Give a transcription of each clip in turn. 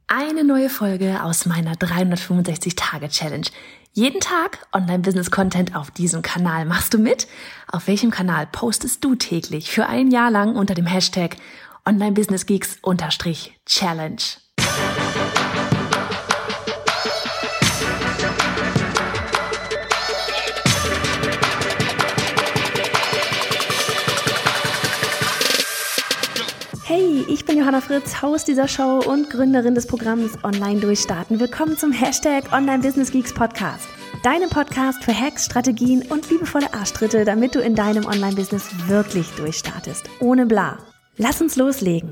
Eine neue Folge aus meiner 365-Tage-Challenge. Jeden Tag Online-Business-Content auf diesem Kanal. Machst du mit? Auf welchem Kanal postest du täglich für ein Jahr lang unter dem Hashtag Online-Business-Geeks_Challenge? Hey, ich bin Johanna Fritz, Host dieser Show und Gründerin des Programms Online Durchstarten. Willkommen zum Hashtag Online-Business-Geeks-Podcast. Deinem Podcast für Hacks, Strategien und liebevolle Arschtritte, damit du in deinem Online-Business wirklich durchstartest. Ohne bla. Lass uns loslegen.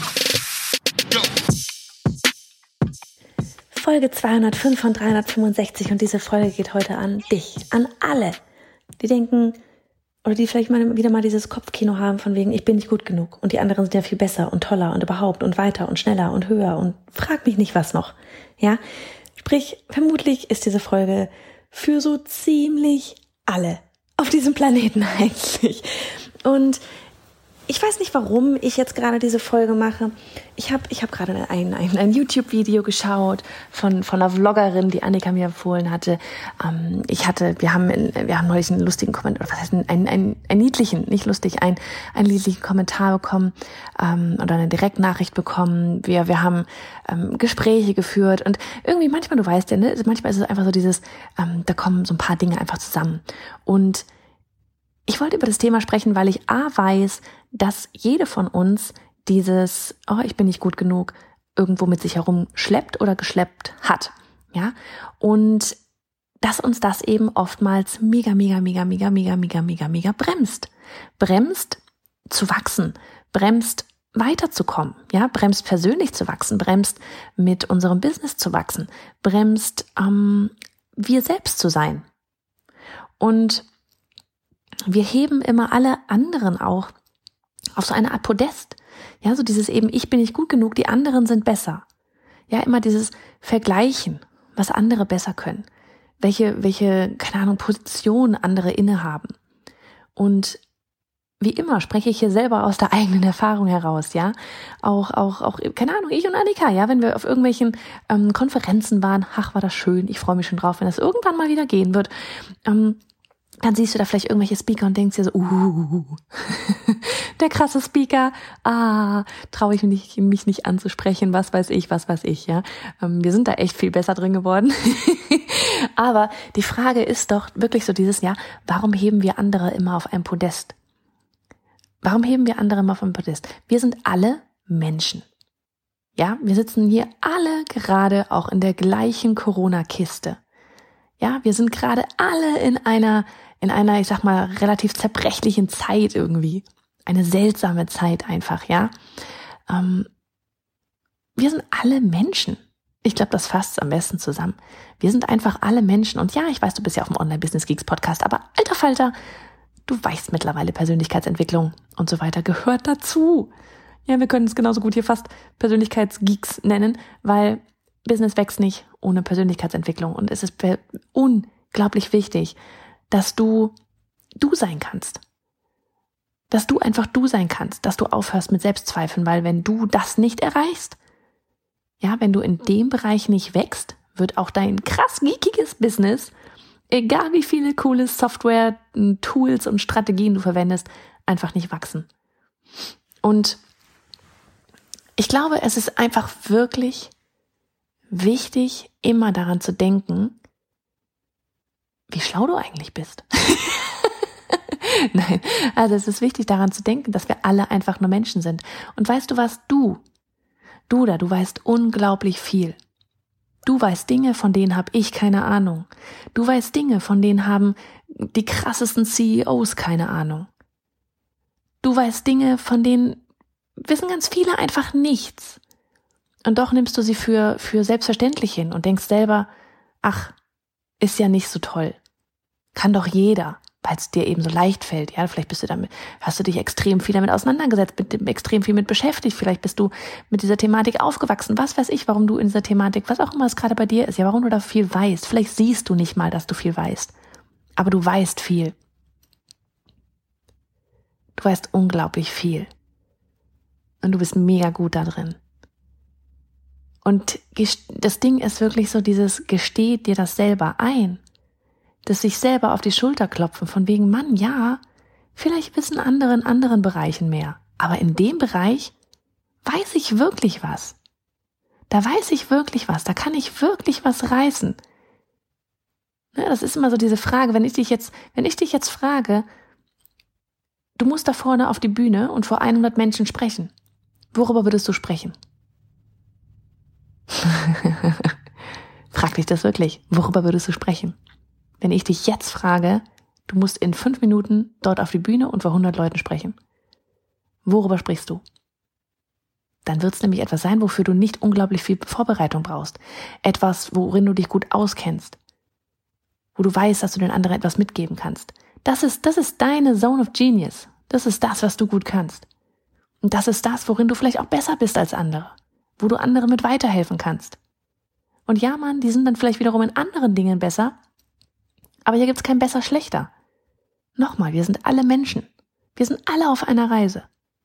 Folge 205 von 365 und diese Folge geht heute an dich, an alle, die denken, oder die vielleicht wieder mal dieses Kopfkino haben von wegen, ich bin nicht gut genug und die anderen sind ja viel besser und toller und überhaupt und weiter und schneller und höher und frag mich nicht was noch. Ja, sprich, vermutlich ist diese Folge für so ziemlich alle auf diesem Planeten eigentlich. Und ich weiß nicht, warum ich jetzt gerade diese Folge mache. Ich hab gerade ein YouTube-Video geschaut von einer Vloggerin, die Annika mir empfohlen hatte. Wir haben neulich einen lustigen Kommentar, was heißt einen niedlichen, nicht lustig, einen niedlichen Kommentar bekommen oder eine Direktnachricht bekommen. Wir haben Gespräche geführt und irgendwie manchmal, du weißt ja, ne, manchmal ist es einfach so dieses, da kommen so ein paar Dinge einfach zusammen. Und ich wollte über das Thema sprechen, weil ich weiß, dass jede von uns dieses, ich bin nicht gut genug, irgendwo mit sich herumschleppt oder geschleppt hat. Ja? Und dass uns das eben oftmals mega bremst. Bremst zu wachsen, bremst weiterzukommen, ja, bremst persönlich zu wachsen, bremst mit unserem Business zu wachsen, bremst wir selbst zu sein. Und wir heben immer alle anderen auch auf so eine Art Podest. Ja, so dieses eben, ich bin nicht gut genug, die anderen sind besser. Ja, immer dieses Vergleichen, was andere besser können. Welche, keine Ahnung, Position andere innehaben. Und wie immer spreche ich hier selber aus der eigenen Erfahrung heraus, ja. Auch, keine Ahnung, ich und Annika, ja, wenn wir auf irgendwelchen Konferenzen waren, war das schön, ich freue mich schon drauf, wenn das irgendwann mal wieder gehen wird, dann siehst du da vielleicht irgendwelche Speaker und denkst dir so, der krasse Speaker, traue ich mich nicht anzusprechen, was weiß ich, ja. Wir sind da echt viel besser drin geworden. Aber die Frage ist doch wirklich so dieses, ja, warum heben wir andere immer auf ein Podest? Warum heben wir andere immer auf ein Podest? Wir sind alle Menschen. Ja, wir sitzen hier alle gerade auch in der gleichen Corona-Kiste. Ja, wir sind gerade alle in einer, ich sag mal, relativ zerbrechlichen Zeit irgendwie. Eine seltsame Zeit einfach, ja. Wir sind alle Menschen. Ich glaube, das fasst am besten zusammen. Wir sind einfach alle Menschen. Und ja, ich weiß, du bist ja auf dem Online-Business-Geeks-Podcast, aber alter Falter, du weißt mittlerweile, Persönlichkeitsentwicklung und so weiter gehört dazu. Ja, wir können es genauso gut hier fast Persönlichkeitsgeeks nennen, weil Business wächst nicht ohne Persönlichkeitsentwicklung. Und es ist unglaublich wichtig, dass du sein kannst. Dass du einfach du sein kannst, dass du aufhörst mit Selbstzweifeln, weil wenn du das nicht erreichst, ja, wenn du in dem Bereich nicht wächst, wird auch dein krass geekiges Business, egal wie viele coole Software, Tools und Strategien du verwendest, einfach nicht wachsen. Und ich glaube, es ist einfach wirklich wichtig, immer daran zu denken, wie schlau du eigentlich bist. Nein, also es ist wichtig, daran zu denken, dass wir alle einfach nur Menschen sind. Und weißt du was? Du weißt unglaublich viel. Du weißt Dinge, von denen habe ich keine Ahnung. Du weißt Dinge, von denen haben die krassesten CEOs keine Ahnung. Du weißt Dinge, von denen wissen ganz viele einfach nichts. Und doch nimmst du sie für selbstverständlich hin und denkst selber, ist ja nicht so toll. Kann doch jeder, weil es dir eben so leicht fällt. Ja, vielleicht hast du dich extrem viel damit auseinandergesetzt, extrem viel mit beschäftigt. Vielleicht bist du mit dieser Thematik aufgewachsen. Was weiß ich, warum du in dieser Thematik, was auch immer es gerade bei dir ist, ja, warum du da viel weißt. Vielleicht siehst du nicht mal, dass du viel weißt. Aber du weißt viel. Du weißt unglaublich viel. Und du bist mega gut da drin. Und das Ding ist wirklich so dieses, gesteh dir das selber ein. Das sich selber auf die Schulter klopfen, von wegen, Mann, ja, vielleicht wissen andere in anderen Bereichen mehr. Aber in dem Bereich weiß ich wirklich was. Da weiß ich wirklich was. Da kann ich wirklich was reißen. Ja, das ist immer so diese Frage, wenn ich dich jetzt frage, du musst da vorne auf die Bühne und vor 100 Menschen sprechen. Worüber würdest du sprechen? Frag dich das wirklich. Worüber würdest du sprechen? Wenn ich dich jetzt frage, du musst in 5 Minuten dort auf die Bühne und vor 100 Leuten sprechen. Worüber sprichst du? Dann wird es nämlich etwas sein, wofür du nicht unglaublich viel Vorbereitung brauchst. Etwas, worin du dich gut auskennst. Wo du weißt, dass du den anderen etwas mitgeben kannst. Das ist deine Zone of Genius. Das ist das, was du gut kannst. Und das ist das, worin du vielleicht auch besser bist als andere. Wo du anderen mit weiterhelfen kannst. Und ja, Mann, die sind dann vielleicht wiederum in anderen Dingen besser. Aber hier gibt's kein besser, schlechter. Nochmal, wir sind alle Menschen. Wir sind alle auf einer Reise.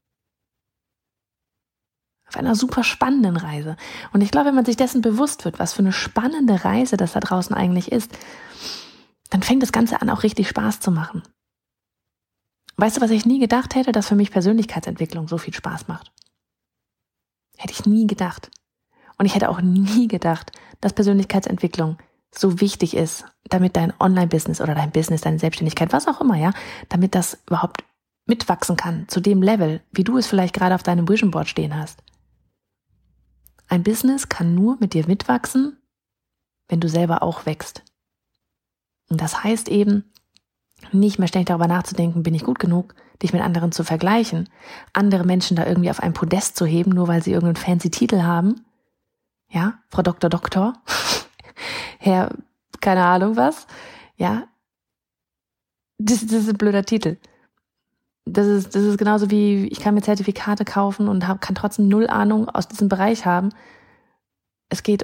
Auf einer super spannenden Reise. Und ich glaube, wenn man sich dessen bewusst wird, was für eine spannende Reise das da draußen eigentlich ist, dann fängt das Ganze an, auch richtig Spaß zu machen. Weißt du, was ich nie gedacht hätte, dass für mich Persönlichkeitsentwicklung so viel Spaß macht? Hätte ich nie gedacht. Und ich hätte auch nie gedacht, dass Persönlichkeitsentwicklung so wichtig ist, damit dein Online-Business oder dein Business, deine Selbstständigkeit, was auch immer, ja, damit das überhaupt mitwachsen kann, zu dem Level, wie du es vielleicht gerade auf deinem Vision Board stehen hast. Ein Business kann nur mit dir mitwachsen, wenn du selber auch wächst. Und das heißt eben, nicht mehr ständig darüber nachzudenken, bin ich gut genug, dich mit anderen zu vergleichen, andere Menschen da irgendwie auf ein Podest zu heben, nur weil sie irgendeinen fancy Titel haben. Ja, Frau Doktor, Herr, keine Ahnung was. Ja, das ist ein blöder Titel. Das ist genauso wie, ich kann mir Zertifikate kaufen und kann trotzdem 0 Ahnung aus diesem Bereich haben. Es geht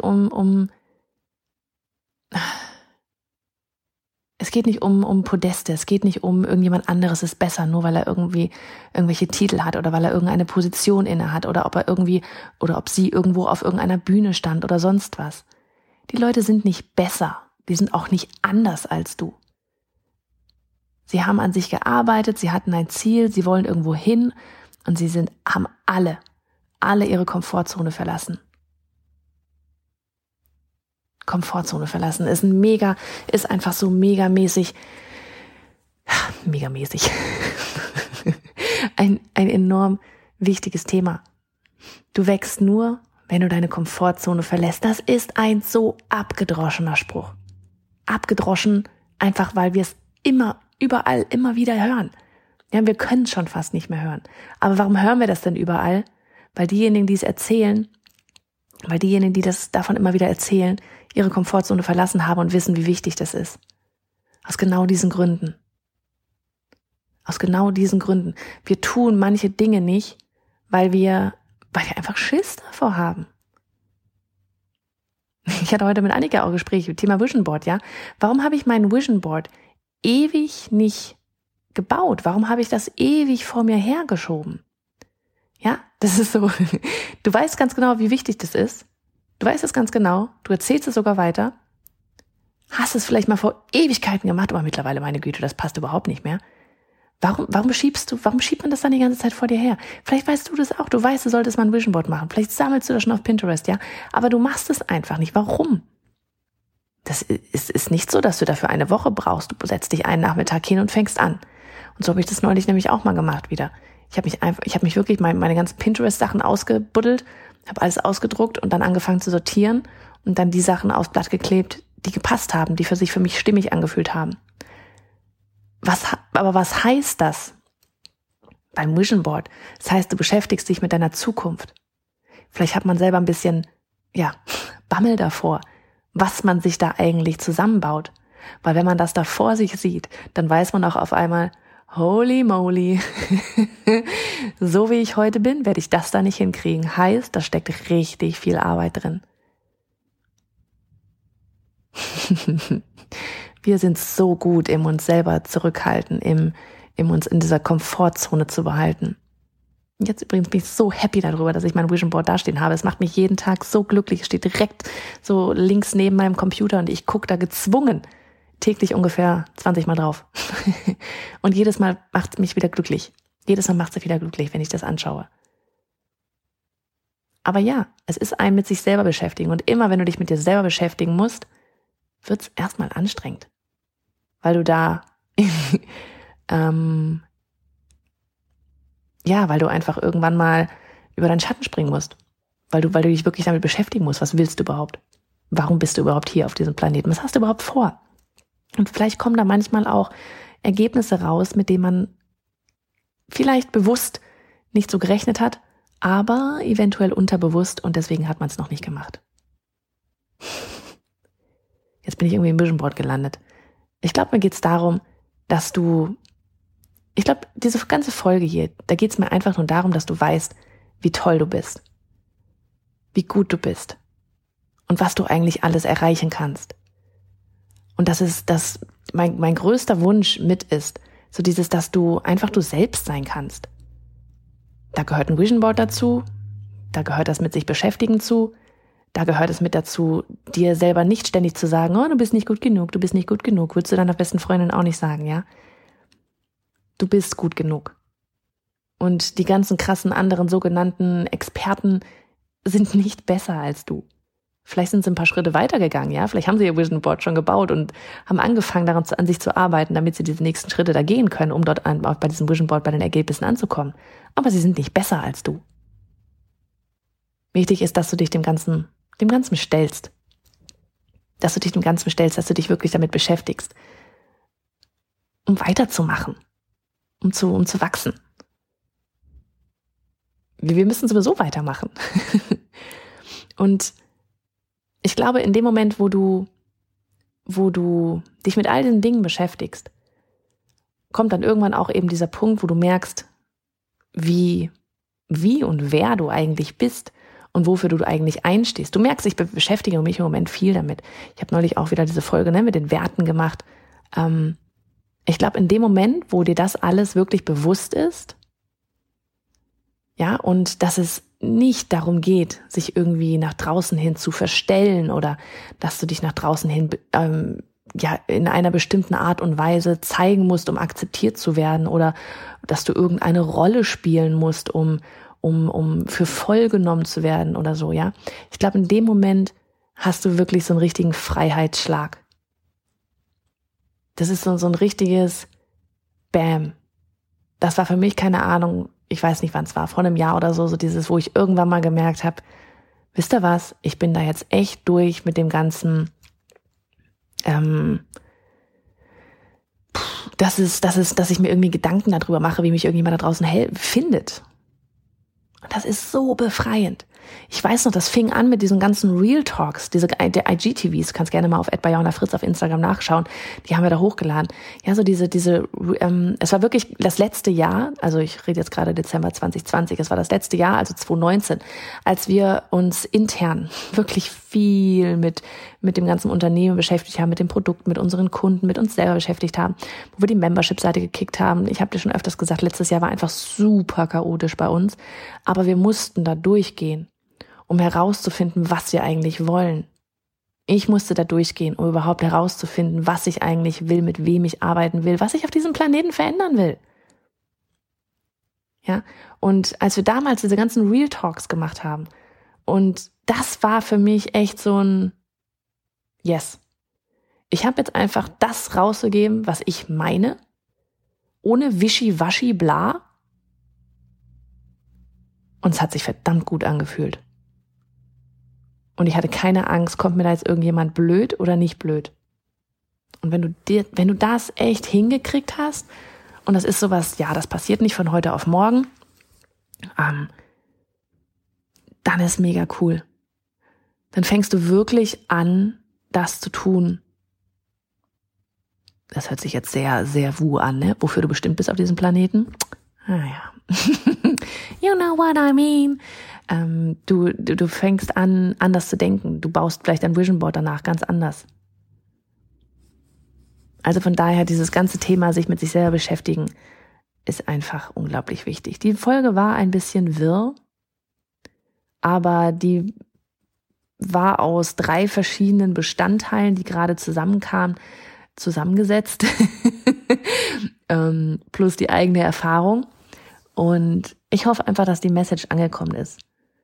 es geht nicht um Podeste, es geht nicht um irgendjemand anderes ist besser, nur weil er irgendwie irgendwelche Titel hat oder weil er irgendeine Position inne hat oder ob sie irgendwo auf irgendeiner Bühne stand oder sonst was. Die Leute sind nicht besser, die sind auch nicht anders als du. Sie haben an sich gearbeitet, sie hatten ein Ziel, sie wollen irgendwo hin und haben alle ihre Komfortzone verlassen. Komfortzone verlassen ist einfach so megamäßig ein enorm wichtiges Thema. Du wächst nur, wenn du deine Komfortzone verlässt. Das ist ein so abgedroschener Spruch. Abgedroschen, einfach weil wir es überall immer wieder hören. Ja, wir können es schon fast nicht mehr hören. Aber warum hören wir das denn überall? Weil diejenigen, die es erzählen, die das davon immer wieder erzählen, ihre Komfortzone verlassen haben und wissen, wie wichtig das ist. Aus genau diesen Gründen. Wir tun manche Dinge nicht, weil wir einfach Schiss davor haben. Ich hatte heute mit Annika auch Gespräche mit Thema Vision Board, ja. Warum habe ich mein Vision Board ewig nicht gebaut? Warum habe ich das ewig vor mir hergeschoben? Ja, das ist so. Du weißt ganz genau, wie wichtig das ist. Du weißt es ganz genau. Du erzählst es sogar weiter. Hast es vielleicht mal vor Ewigkeiten gemacht, aber mittlerweile, meine Güte, das passt überhaupt nicht mehr. Warum schiebt man das dann die ganze Zeit vor dir her? Vielleicht weißt du das auch. Du weißt, du solltest mal ein Vision Board machen. Vielleicht sammelst du das schon auf Pinterest, ja. Aber du machst es einfach nicht. Warum? Das ist nicht so, dass du dafür eine Woche brauchst. Du setzt dich einen Nachmittag hin und fängst an. Und so habe ich das neulich nämlich auch mal gemacht wieder. Ich habe mich wirklich meine ganzen Pinterest-Sachen ausgebuddelt, habe alles ausgedruckt und dann angefangen zu sortieren und dann die Sachen aufs Blatt geklebt, die gepasst haben, die sich für mich stimmig angefühlt haben. Aber was heißt das beim Vision Board? Das heißt, du beschäftigst dich mit deiner Zukunft. Vielleicht hat man selber ein bisschen, Bammel davor, was man sich da eigentlich zusammenbaut. Weil wenn man das da vor sich sieht, dann weiß man auch auf einmal, holy moly, so wie ich heute bin, werde ich das da nicht hinkriegen. Heißt, da steckt richtig viel Arbeit drin. Wir sind so gut im uns selber zurückhalten, im uns in dieser Komfortzone zu behalten. Jetzt übrigens bin ich so happy darüber, dass ich mein Vision Board dastehen habe. Es macht mich jeden Tag so glücklich. Es steht direkt so links neben meinem Computer und ich gucke da gezwungen täglich ungefähr 20 Mal drauf. Und jedes Mal macht es mich wieder glücklich. Jedes Mal macht es wieder glücklich, wenn ich das anschaue. Aber ja, es ist ein mit sich selber beschäftigen. Und immer, wenn du dich mit dir selber beschäftigen musst, wird es erstmal anstrengend. Weil du da weil du einfach irgendwann mal über deinen Schatten springen musst. Weil du dich wirklich damit beschäftigen musst. Was willst du überhaupt? Warum bist du überhaupt hier auf diesem Planeten? Was hast du überhaupt vor? Und vielleicht kommen da manchmal auch Ergebnisse raus, mit denen man vielleicht bewusst nicht so gerechnet hat, aber eventuell unterbewusst und deswegen hat man es noch nicht gemacht. Jetzt bin ich irgendwie im Vision Board gelandet. Ich glaube, mir geht es darum, dass diese ganze Folge hier, da geht es mir einfach nur darum, dass du weißt, wie toll du bist, wie gut du bist und was du eigentlich alles erreichen kannst. Und das mein größter Wunsch mit ist, so dieses, dass du einfach du selbst sein kannst. Da gehört ein Vision Board dazu, da gehört das mit sich beschäftigen zu, da gehört es mit dazu, dir selber nicht ständig zu sagen, oh, du bist nicht gut genug, würdest du deiner besten Freundin auch nicht sagen, ja? Du bist gut genug. Und die ganzen krassen anderen sogenannten Experten sind nicht besser als du. Vielleicht sind sie ein paar Schritte weitergegangen, ja? Vielleicht haben sie ihr Vision Board schon gebaut und haben angefangen, an sich zu arbeiten, damit sie diese nächsten Schritte da gehen können, um dort bei diesem Vision Board bei den Ergebnissen anzukommen. Aber sie sind nicht besser als du. Wichtig ist, dass du dich dem Ganzen stellst. Dass du dich wirklich damit beschäftigst. Um weiterzumachen. Um zu wachsen. Wir müssen sowieso weitermachen. Und ich glaube, in dem Moment, wo du dich mit all diesen Dingen beschäftigst, kommt dann irgendwann auch eben dieser Punkt, wo du merkst, wie und wer du eigentlich bist und wofür du eigentlich einstehst. Du merkst, ich beschäftige mich im Moment viel damit. Ich habe neulich auch wieder diese Folge mit den Werten gemacht. Ich glaube, in dem Moment, wo dir das alles wirklich bewusst ist, ja, und dass es nicht darum geht, sich irgendwie nach draußen hin zu verstellen oder dass du dich nach draußen hin in einer bestimmten Art und Weise zeigen musst, um akzeptiert zu werden oder dass du irgendeine Rolle spielen musst, um für voll genommen zu werden oder so, ja. Ich glaube, in dem Moment hast du wirklich so einen richtigen Freiheitsschlag. Das ist so ein richtiges Bam. Das war für mich, keine Ahnung, ich weiß nicht, wann es war, vor einem Jahr oder so dieses, wo ich irgendwann mal gemerkt habe, wisst ihr was, ich bin da jetzt echt durch mit dem ganzen, dass ich mir irgendwie Gedanken darüber mache, wie mich irgendjemand da draußen findet. Und das ist so befreiend. Ich weiß noch, das fing an mit diesen ganzen Real Talks, der IGTVs, du kannst gerne mal auf @bayonafritz auf Instagram nachschauen, die haben wir da hochgeladen. Ja, so es war wirklich das letzte Jahr, also ich rede jetzt gerade Dezember 2020, es war das letzte Jahr, also 2019, als wir uns intern wirklich viel mit dem ganzen Unternehmen beschäftigt haben, mit dem Produkt, mit unseren Kunden, mit uns selber beschäftigt haben, wo wir die Membership-Seite gekickt haben. Ich habe dir schon öfters gesagt, letztes Jahr war einfach super chaotisch bei uns, aber wir mussten da durchgehen, um herauszufinden, was wir eigentlich wollen. Ich musste da durchgehen, um überhaupt herauszufinden, was ich eigentlich will, mit wem ich arbeiten will, was ich auf diesem Planeten verändern will. Ja, und als wir damals diese ganzen Real Talks gemacht haben, und das war für mich echt so ein Yes. Ich habe jetzt einfach das rausgegeben, was ich meine, ohne Wischi-Waschi bla. Und es hat sich verdammt gut angefühlt. Und ich hatte keine Angst, kommt mir da jetzt irgendjemand blöd oder nicht blöd. Und wenn du das echt hingekriegt hast, und das ist sowas, ja, das passiert nicht von heute auf morgen, dann ist mega cool. Dann fängst du wirklich an, das zu tun. Das hört sich jetzt sehr, sehr an, ne? Wofür du bestimmt bist auf diesem Planeten. Naja. You know what I mean. Du fängst an, anders zu denken. Du baust vielleicht ein Vision Board danach ganz anders. Also von daher dieses ganze Thema, sich mit sich selber beschäftigen, ist einfach unglaublich wichtig. Die Folge war ein bisschen wirr, aber die war aus 3 verschiedenen Bestandteilen, die gerade zusammenkamen, zusammengesetzt, plus die eigene Erfahrung. Und ich hoffe einfach, dass die Message angekommen ist.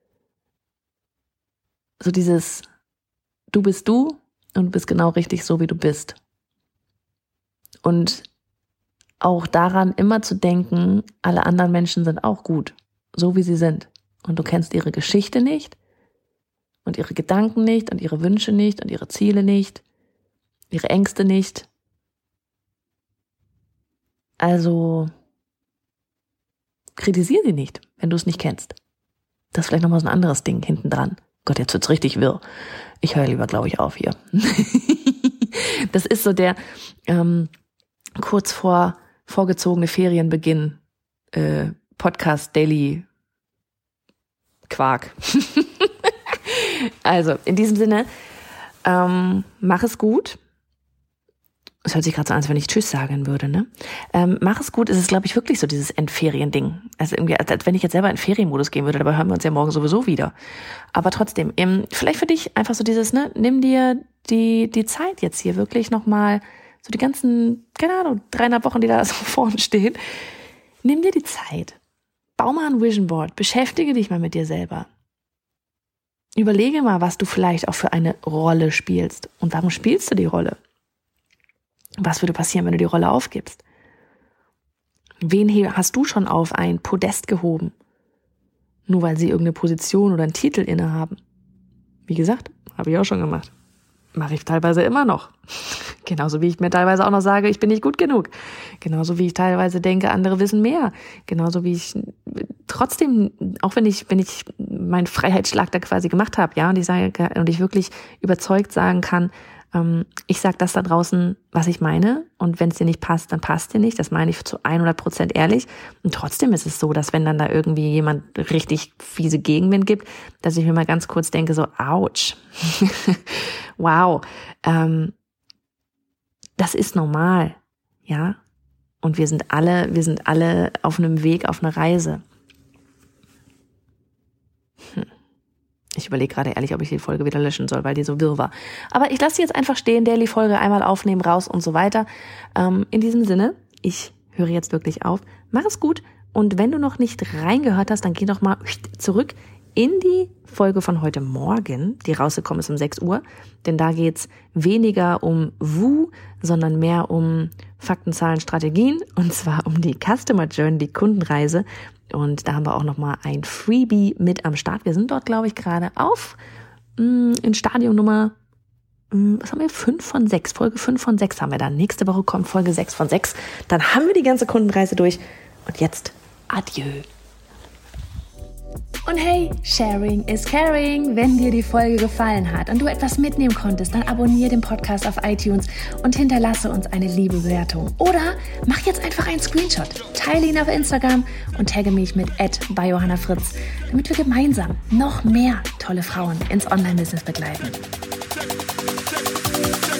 So dieses, du bist du und du bist genau richtig so, wie du bist. Und auch daran immer zu denken, alle anderen Menschen sind auch gut, so wie sie sind. Und du kennst ihre Geschichte nicht und ihre Gedanken nicht und ihre Wünsche nicht und ihre Ziele nicht, ihre Ängste nicht. Also kritisiere sie nicht, wenn du es nicht kennst. Das ist vielleicht nochmal so ein anderes Ding hinten dran. Gott, jetzt wird's richtig wirr. Ich höre lieber, glaube ich, auf hier. Das ist so der kurz vor vorgezogene Ferienbeginn Podcast Daily Quark. Also, in diesem Sinne, mach es gut. Es hört sich gerade so an, als wenn ich Tschüss sagen würde, ne? Mach es gut, es ist, glaube ich, wirklich so dieses Endferien-Ding. Also irgendwie, als wenn ich jetzt selber in Ferienmodus gehen würde, dabei hören wir uns ja morgen sowieso wieder. Aber trotzdem, vielleicht für dich einfach so dieses, ne, nimm dir die Zeit jetzt hier wirklich nochmal, so die ganzen, keine Ahnung, 3,5 Wochen, die da so vorne stehen. Nimm dir die Zeit. Bau mal ein Vision Board. Beschäftige dich mal mit dir selber. Überlege mal, was du vielleicht auch für eine Rolle spielst. Und warum spielst du die Rolle? Was würde passieren, wenn du die Rolle aufgibst? Wen hast du schon auf ein Podest gehoben? Nur weil sie irgendeine Position oder einen Titel innehaben. Wie gesagt, habe ich auch schon gemacht. Mache ich teilweise immer noch. Genauso wie ich mir teilweise auch noch sage, ich bin nicht gut genug. Genauso wie ich teilweise denke, andere wissen mehr. Genauso wie ich trotzdem, auch wenn ich meinen Freiheitsschlag da quasi gemacht habe, ja, und ich wirklich überzeugt sagen kann, ich sage das da draußen, was ich meine, und wenn es dir nicht passt, dann passt dir nicht. Das meine ich zu 100% ehrlich. Und trotzdem ist es so, dass wenn dann da irgendwie jemand richtig fiese Gegenwind gibt, dass ich mir mal ganz kurz denke, so, ouch. Wow. Das ist normal, ja. Und wir sind alle auf einem Weg, auf einer Reise. Ich überlege gerade ehrlich, ob ich die Folge wieder löschen soll, weil die so wirr war. Aber ich lasse sie jetzt einfach stehen, Daily-Folge einmal aufnehmen, raus und so weiter. In diesem Sinne, ich höre jetzt wirklich auf. Mach es gut. Und wenn du noch nicht reingehört hast, dann geh doch mal zurück in die Folge von heute Morgen, die rausgekommen ist um 6 Uhr. Denn da geht's weniger um Woo, sondern mehr um Fakten, Zahlen, Strategien. Und zwar um die Customer Journey, die Kundenreise. Und da haben wir auch nochmal ein Freebie mit am Start. Wir sind dort, glaube ich, gerade in Stadion Nummer, was haben wir? 5 von 6. Folge 5 von 6 haben wir dann. Nächste Woche kommt Folge 6 von 6. Dann haben wir die ganze Kundenreise durch. Und jetzt adieu. Und hey, Sharing is Caring. Wenn dir die Folge gefallen hat und du etwas mitnehmen konntest, dann abonniere den Podcast auf iTunes und hinterlasse uns eine liebe Bewertung. Oder mach jetzt einfach einen Screenshot, teile ihn auf Instagram und tagge mich mit @byjohannafritz, damit wir gemeinsam noch mehr tolle Frauen ins Online-Business begleiten.